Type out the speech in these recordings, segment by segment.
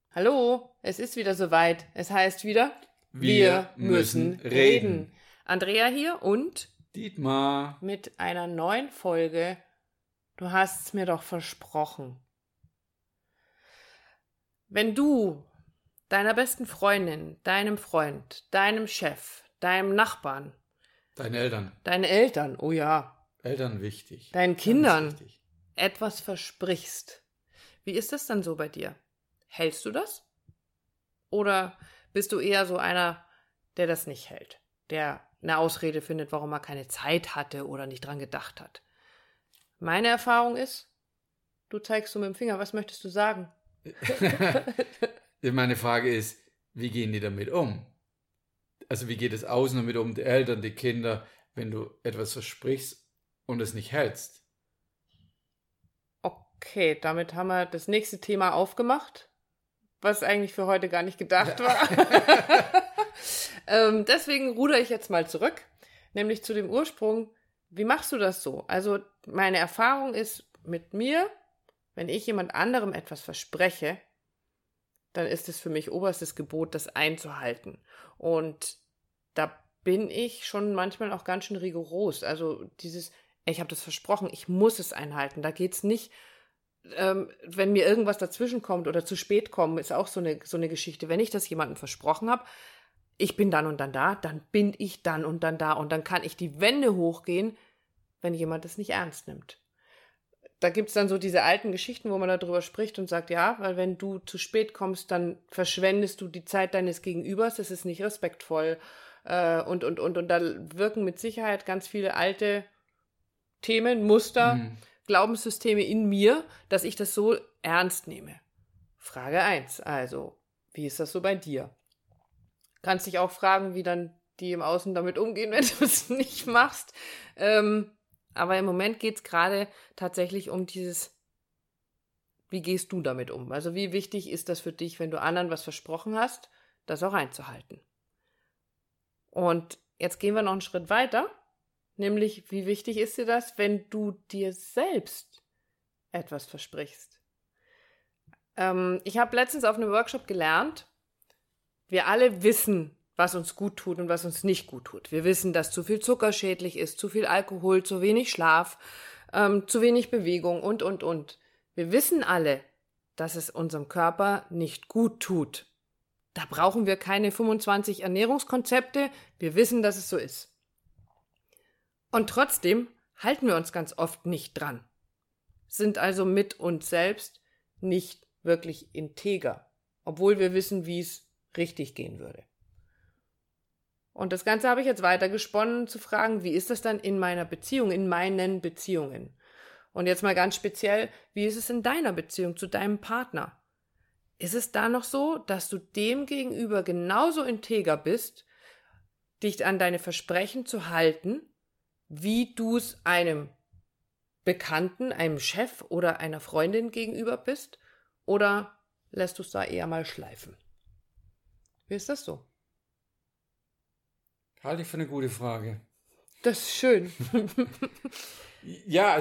Hallo, es ist wieder soweit. Es heißt wieder, Wir müssen reden. Andrea hier und Dietmar. mit einer neuen Folge. Du hast's mir doch versprochen. Wenn du deiner besten Freundin, deinem Freund, deinem Chef, deinem Nachbarn, deine Eltern, oh ja, Eltern wichtig. deinen Kindern etwas versprichst, wie ist das dann so bei dir? Hältst du das? Oder bist du eher so einer, der das nicht hält? Der eine Ausrede findet, warum er keine Zeit hatte oder nicht dran gedacht hat? Meine Erfahrung ist, du zeigst so mit dem Finger, was möchtest du sagen? Meine Frage ist, wie gehen die damit um? Also wie geht es außen damit um, die Eltern, die Kinder, wenn du etwas versprichst und es nicht hältst? Okay, damit haben wir das nächste Thema aufgemacht, was eigentlich für heute gar nicht gedacht war. Deswegen rudere ich jetzt mal zurück, nämlich zu dem Ursprung. Wie machst du das so? Also meine Erfahrung ist mit mir, wenn ich jemand anderem etwas verspreche, dann ist es für mich oberstes Gebot, das einzuhalten. Und da bin ich schon manchmal auch ganz schön rigoros. Also ich habe das versprochen, ich muss es einhalten. Da geht es nicht, wenn mir irgendwas dazwischen kommt oder zu spät kommen, ist auch so eine Geschichte. Wenn ich das jemandem versprochen habe, ich bin dann und dann da, dann bin ich dann und dann da. Und dann kann ich die Wände hochgehen, wenn jemand es nicht ernst nimmt. Da gibt es dann so diese alten Geschichten, wo man darüber spricht und sagt, ja, weil wenn du zu spät kommst, dann verschwendest du die Zeit deines Gegenübers, das ist nicht respektvoll. Und da wirken mit Sicherheit ganz viele alte Themen, Muster, Glaubenssysteme in mir, dass ich das so ernst nehme. Frage 1, also, wie ist das so bei dir? Kannst dich auch fragen, wie dann die im Außen damit umgehen, wenn du es nicht machst. Aber im Moment geht es gerade tatsächlich um wie gehst du damit um? Also wie wichtig ist das für dich, wenn du anderen was versprochen hast, das auch einzuhalten? Und jetzt gehen wir noch einen Schritt weiter, nämlich wie wichtig ist dir das, wenn du dir selbst etwas versprichst? Ich habe letztens auf einem Workshop gelernt, wir alle wissen, was uns gut tut und was uns nicht gut tut. Wir wissen, dass zu viel Zucker schädlich ist, zu viel Alkohol, zu wenig Schlaf, zu wenig Bewegung und. Wir wissen alle, dass es unserem Körper nicht gut tut. Da brauchen wir keine 25 Ernährungskonzepte. Wir wissen, dass es so ist. Und trotzdem halten wir uns ganz oft nicht dran, sind also mit uns selbst nicht wirklich integer, obwohl wir wissen, wie es richtig gehen würde. Und das Ganze habe ich jetzt weitergesponnen, zu fragen, wie ist das dann in meiner Beziehung, in meinen Beziehungen? Und jetzt mal ganz speziell, wie ist es in deiner Beziehung zu deinem Partner? Ist es da noch so, dass du dem gegenüber genauso integer bist, dich an deine Versprechen zu halten, wie du es einem Bekannten, einem Chef oder einer Freundin gegenüber bist? Oder lässt du es da eher mal schleifen? Wie ist das so? Halte ich für eine gute Frage. Das ist schön. Ja,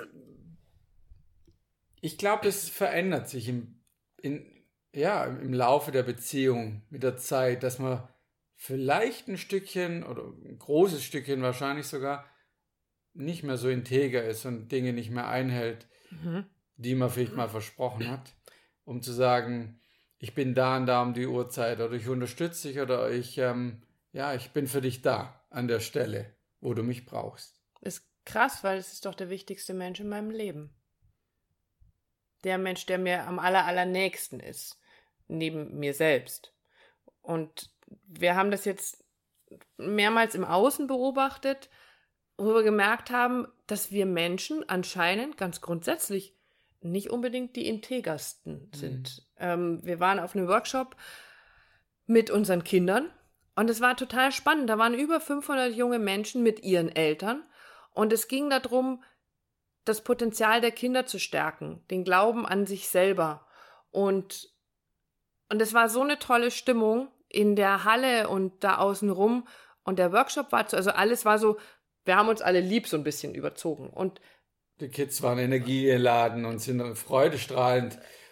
ich glaube, das verändert sich im Laufe der Beziehung mit der Zeit, dass man vielleicht ein Stückchen oder ein großes Stückchen wahrscheinlich sogar nicht mehr so integer ist und Dinge nicht mehr einhält, die man vielleicht mal versprochen hat, um zu sagen, ich bin da und da um die Uhrzeit oder ich unterstütze dich oder ich bin für dich da an der Stelle, wo du mich brauchst. Ist krass, weil es ist doch der wichtigste Mensch in meinem Leben. Der Mensch, der mir am allernächsten ist, neben mir selbst. Und wir haben das jetzt mehrmals im Außen beobachtet, wo wir gemerkt haben, dass wir Menschen anscheinend ganz grundsätzlich nicht unbedingt die integersten sind. Wir waren auf einem Workshop mit unseren Kindern und es war total spannend. Da waren über 500 junge Menschen mit ihren Eltern und es ging darum, das Potenzial der Kinder zu stärken, den Glauben an sich selber. Und es war so eine tolle Stimmung in der Halle und da außen rum. Und der Workshop war, also alles war so, wir haben uns alle lieb so ein bisschen überzogen. Und die Kids waren energiegeladen und sind freudestrahlend.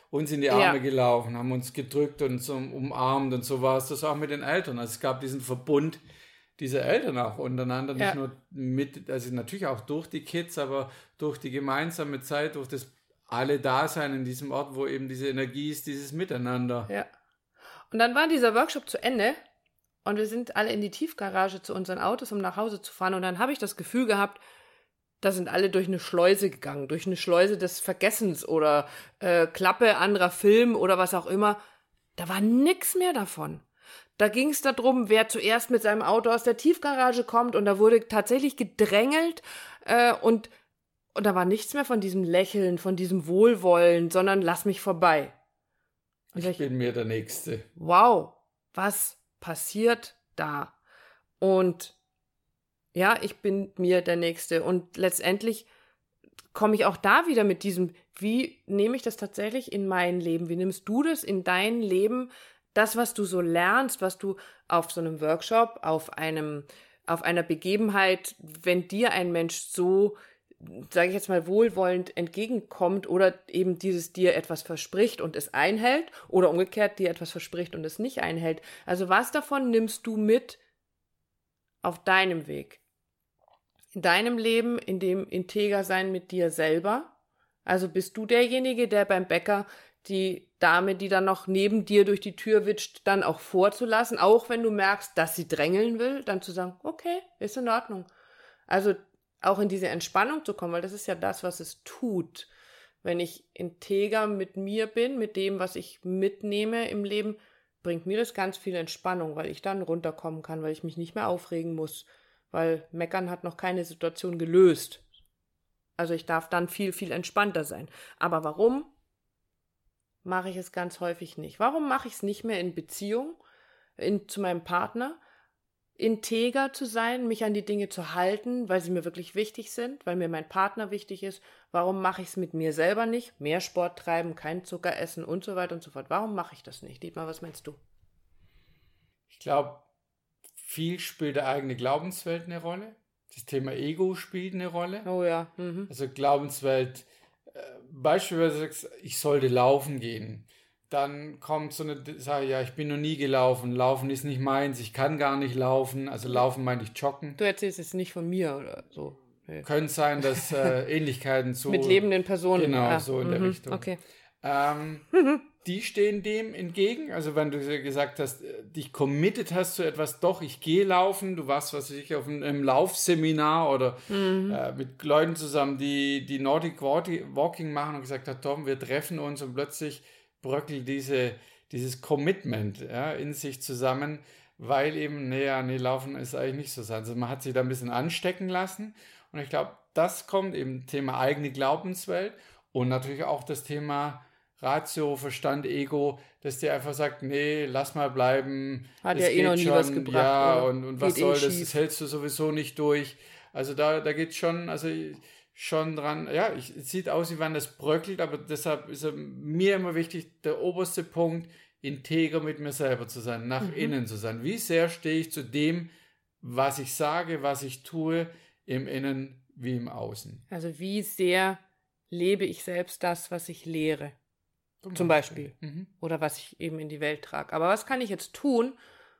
uns in die Arme gelaufen, haben uns gedrückt und so umarmt und so war es das auch mit den Eltern. Also es gab diesen Verbund dieser Eltern auch untereinander, nicht nur mit, also natürlich auch durch die Kids, aber durch die gemeinsame Zeit, durch das alle Dasein in diesem Ort, wo eben diese Energie ist, dieses Miteinander. Ja. Und dann war dieser Workshop zu Ende und wir sind alle in die Tiefgarage zu unseren Autos, um nach Hause zu fahren und dann habe ich das Gefühl gehabt, da sind alle durch eine Schleuse gegangen, durch eine Schleuse des Vergessens oder Klappe, anderer Film oder was auch immer. Da war nichts mehr davon. Da ging es darum, wer zuerst mit seinem Auto aus der Tiefgarage kommt und da wurde tatsächlich gedrängelt und da war nichts mehr von diesem Lächeln, von diesem Wohlwollen, sondern lass mich vorbei. Und ich bin mir der Nächste. Wow, was passiert da? Und ja, ich bin mir der Nächste. Und letztendlich komme ich auch da wieder mit diesem, wie nehme ich das tatsächlich in mein Leben? Wie nimmst du das in dein Leben? Das, was du so lernst, was du auf so einem Workshop, auf einer Begebenheit, wenn dir ein Mensch so, sage ich jetzt mal, wohlwollend entgegenkommt oder eben dieses dir etwas verspricht und es einhält oder umgekehrt dir etwas verspricht und es nicht einhält. Also was davon nimmst du mit auf deinem Weg? In deinem Leben, in dem Integer-Sein mit dir selber? Also bist du derjenige, der beim Bäcker die Dame, die dann noch neben dir durch die Tür witscht, dann auch vorzulassen, auch wenn du merkst, dass sie drängeln will, dann zu sagen, okay, ist in Ordnung. Also auch in diese Entspannung zu kommen, weil das ist ja das, was es tut. Wenn ich integer mit mir bin, mit dem, was ich mitnehme im Leben, bringt mir das ganz viel Entspannung, weil ich dann runterkommen kann, weil ich mich nicht mehr aufregen muss, weil Meckern hat noch keine Situation gelöst. Also ich darf dann viel, viel entspannter sein. Aber warum mache ich es ganz häufig nicht? Warum mache ich es nicht mehr in Beziehung zu meinem Partner? Integer zu sein, mich an die Dinge zu halten, weil sie mir wirklich wichtig sind, weil mir mein Partner wichtig ist. Warum mache ich es mit mir selber nicht? Mehr Sport treiben, kein Zucker essen und so weiter und so fort. Warum mache ich das nicht? Dietmar, was meinst du? Ich glaube, viel spielt der eigene Glaubenswelt eine Rolle. Das Thema Ego spielt eine Rolle. Oh ja. Also Glaubenswelt, beispielsweise sagst, ich sollte laufen gehen. Dann kommt so eine Sache, ja, ich bin noch nie gelaufen. Laufen ist nicht meins, ich kann gar nicht laufen. Also laufen meine ich joggen. Du erzählst es nicht von mir oder so. Nee. Könnte sein, dass Ähnlichkeiten zu... Mit lebenden Personen. Genau, so in der Richtung. Okay. Die stehen dem entgegen. Also wenn du gesagt hast, dich committed hast zu etwas, doch, ich gehe laufen. Du warst, was weiß ich, auf einem Laufseminar oder mit Leuten zusammen, die Nordic Walking machen und gesagt hat, Tom, wir treffen uns und plötzlich bröckelt dieses Commitment in sich zusammen, weil eben, Laufen ist eigentlich nicht so sein. Also man hat sich da ein bisschen anstecken lassen und ich glaube, das kommt eben Thema eigene Glaubenswelt und natürlich auch das Thema Ratio, Verstand, Ego, dass der einfach sagt, nee, lass mal bleiben. Hat ja eh noch nie was gebracht. Ja, und was soll das? Das hältst du sowieso nicht durch. Also da geht es schon dran, ja, es sieht aus, wie wenn das bröckelt, aber deshalb ist mir immer wichtig, der oberste Punkt, integer mit mir selber zu sein, nach innen zu sein. Wie sehr stehe ich zu dem, was ich sage, was ich tue, im Innen wie im Außen. Also wie sehr lebe ich selbst das, was ich lehre. Zum Beispiel. Oder was ich eben in die Welt trage. Aber was kann ich jetzt tun,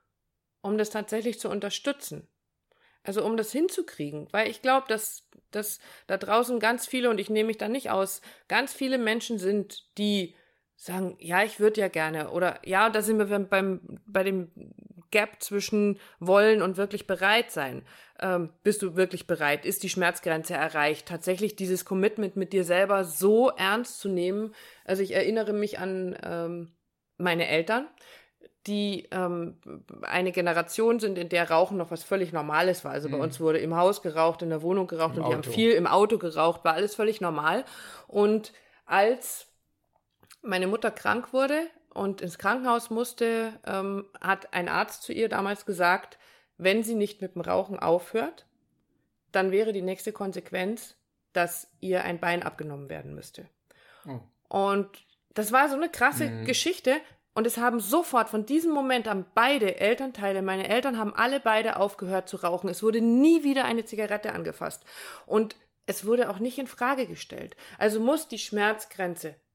um das tatsächlich zu unterstützen? Also um das hinzukriegen. Weil ich glaube, dass da draußen ganz viele, und ich nehme mich da nicht aus, ganz viele Menschen sind, die sagen, ja, ich würde ja gerne. Oder ja, da sind wir bei dem Gap zwischen wollen und wirklich bereit sein. Bist du wirklich bereit? Ist die Schmerzgrenze erreicht? Tatsächlich dieses Commitment mit dir selber so ernst zu nehmen. Also ich erinnere mich an meine Eltern, die eine Generation sind, in der Rauchen noch was völlig Normales war. Also bei uns wurde im Haus geraucht, in der Wohnung geraucht und die haben viel im Auto geraucht, war alles völlig normal. Und als meine Mutter krank wurde und ins Krankenhaus musste, hat ein Arzt zu ihr damals gesagt, wenn sie nicht mit dem Rauchen aufhört, dann wäre die nächste Konsequenz, dass ihr ein Bein abgenommen werden müsste. Oh. Und das war so eine krasse Geschichte. Und es haben sofort, von diesem Moment an, beide Elternteile, meine Eltern haben alle beide aufgehört zu rauchen. Es wurde nie wieder eine Zigarette angefasst. Und es wurde auch nicht in Frage gestellt. Also muss die Schmerzgrenze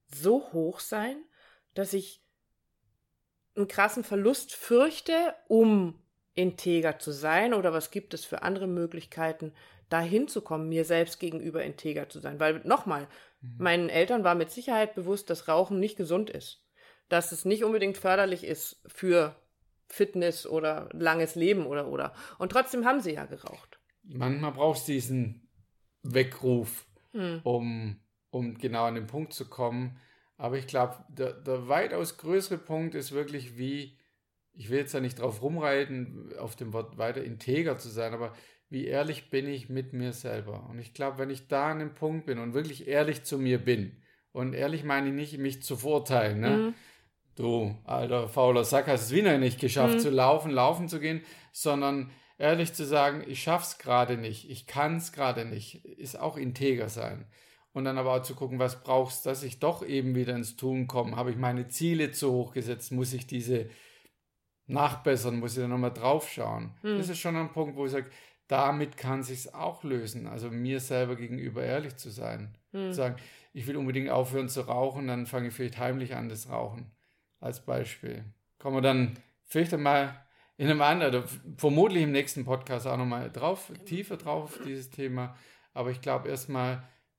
so hoch sein, dass ich einen krassen Verlust fürchte, um integer zu sein? Oder was gibt es für andere Möglichkeiten, da hinzukommen, mir selbst gegenüber integer zu sein? Weil nochmal, meinen Eltern war mit Sicherheit bewusst, dass Rauchen nicht gesund ist. Dass es nicht unbedingt förderlich ist für Fitness oder langes Leben oder. Und trotzdem haben sie ja geraucht. Manchmal brauchst du diesen Weckruf, um genau an den Punkt zu kommen. Aber ich glaube, der weitaus größere Punkt ist wirklich ich will jetzt da nicht drauf rumreiten, auf dem Wort weiter integer zu sein, aber wie ehrlich bin ich mit mir selber? Und ich glaube, wenn ich da an dem Punkt bin und wirklich ehrlich zu mir bin, und ehrlich meine ich nicht, mich zu verurteilen, ne? Du, alter, fauler Sack, hast es wieder nicht geschafft, zu laufen zu gehen, sondern ehrlich zu sagen, ich schaff's gerade nicht, ich kann's gerade nicht, ist auch integer sein. Und dann aber auch zu gucken, was brauchst, dass ich doch eben wieder ins Tun komme. Habe ich meine Ziele zu hoch gesetzt? Muss ich diese nachbessern? Muss ich da nochmal drauf schauen? Das ist schon ein Punkt, wo ich sage, damit kann sich's auch lösen. Also mir selber gegenüber ehrlich zu sein. Zu sagen, ich will unbedingt aufhören zu rauchen, dann fange ich vielleicht heimlich an, das Rauchen. Als Beispiel. Kommen wir dann vielleicht mal in einem anderen, vermutlich im nächsten Podcast auch nochmal tiefer drauf, dieses Thema. Aber ich glaube erstmal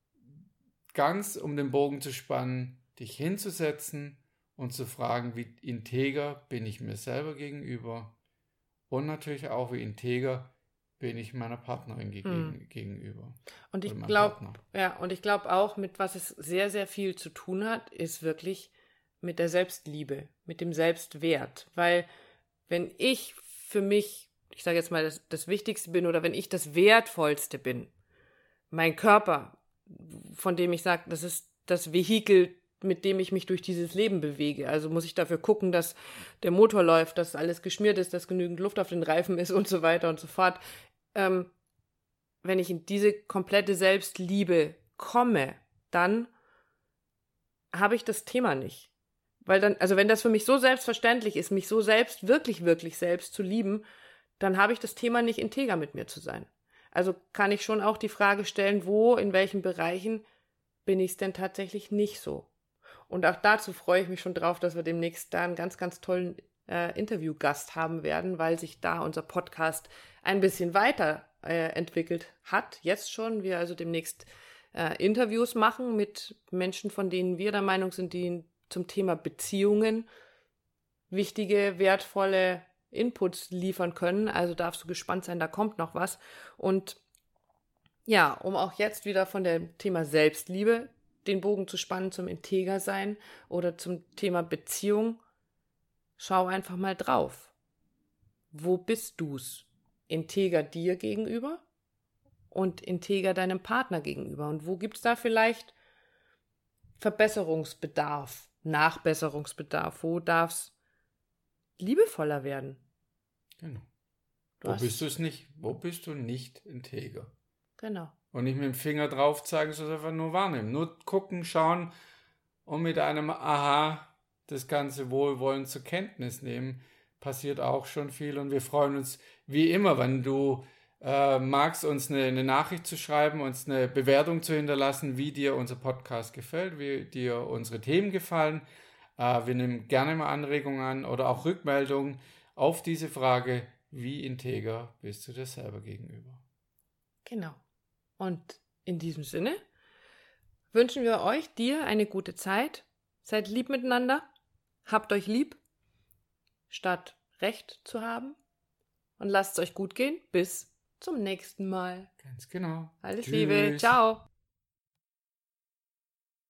ganz um den Bogen zu spannen, dich hinzusetzen und zu fragen, wie integer bin ich mir selber gegenüber und natürlich auch, wie integer bin ich meiner Partnerin gegenüber. Und ich glaube auch, mit was es sehr, sehr viel zu tun hat, ist wirklich mit der Selbstliebe, mit dem Selbstwert. Weil wenn ich für mich, ich sage jetzt mal, das Wichtigste bin oder wenn ich das Wertvollste bin, mein Körper, von dem ich sage, das ist das Vehikel, mit dem ich mich durch dieses Leben bewege. Also muss ich dafür gucken, dass der Motor läuft, dass alles geschmiert ist, dass genügend Luft auf den Reifen ist und so weiter und so fort. Wenn ich in diese komplette Selbstliebe komme, dann habe ich das Thema nicht. Weil dann, also wenn das für mich so selbstverständlich ist, mich so selbst, wirklich, wirklich selbst zu lieben, dann habe ich das Thema nicht, integer mit mir zu sein. Also kann ich schon auch die Frage stellen, in welchen Bereichen bin ich es denn tatsächlich nicht so? Und auch dazu freue ich mich schon drauf, dass wir demnächst da einen ganz, ganz tollen Interviewgast haben werden, weil sich da unser Podcast ein bisschen weiter entwickelt hat. Jetzt schon. Wir also demnächst Interviews machen mit Menschen, von denen wir der Meinung sind, die zum Thema Beziehungen wichtige, wertvolle Inputs liefern können. Also darfst du gespannt sein, da kommt noch was. Und ja, um auch jetzt wieder von dem Thema Selbstliebe den Bogen zu spannen zum Integersein oder zum Thema Beziehung, schau einfach mal drauf. Wo bist du's? Integer dir gegenüber und integer deinem Partner gegenüber. Und wo gibt's da vielleicht Verbesserungsbedarf, Nachbesserungsbedarf? Wo darf's liebevoller werden? Genau. Wo bist du nicht integer? Genau. Und nicht mit dem Finger drauf zeigen, sondern einfach nur wahrnehmen. Nur gucken, schauen und mit einem Aha das Ganze wohlwollend zur Kenntnis nehmen, passiert auch schon viel. Und wir freuen uns wie immer, wenn du magst, uns eine Nachricht zu schreiben, uns eine Bewertung zu hinterlassen, wie dir unser Podcast gefällt, wie dir unsere Themen gefallen. Wir nehmen gerne mal Anregungen an oder auch Rückmeldungen auf diese Frage, wie integer bist du dir selber gegenüber? Genau. Und in diesem Sinne wünschen wir dir eine gute Zeit. Seid lieb miteinander. Habt euch lieb, statt Recht zu haben. Und lasst es euch gut gehen. Bis zum nächsten Mal. Ganz genau. Alles Liebe. Ciao.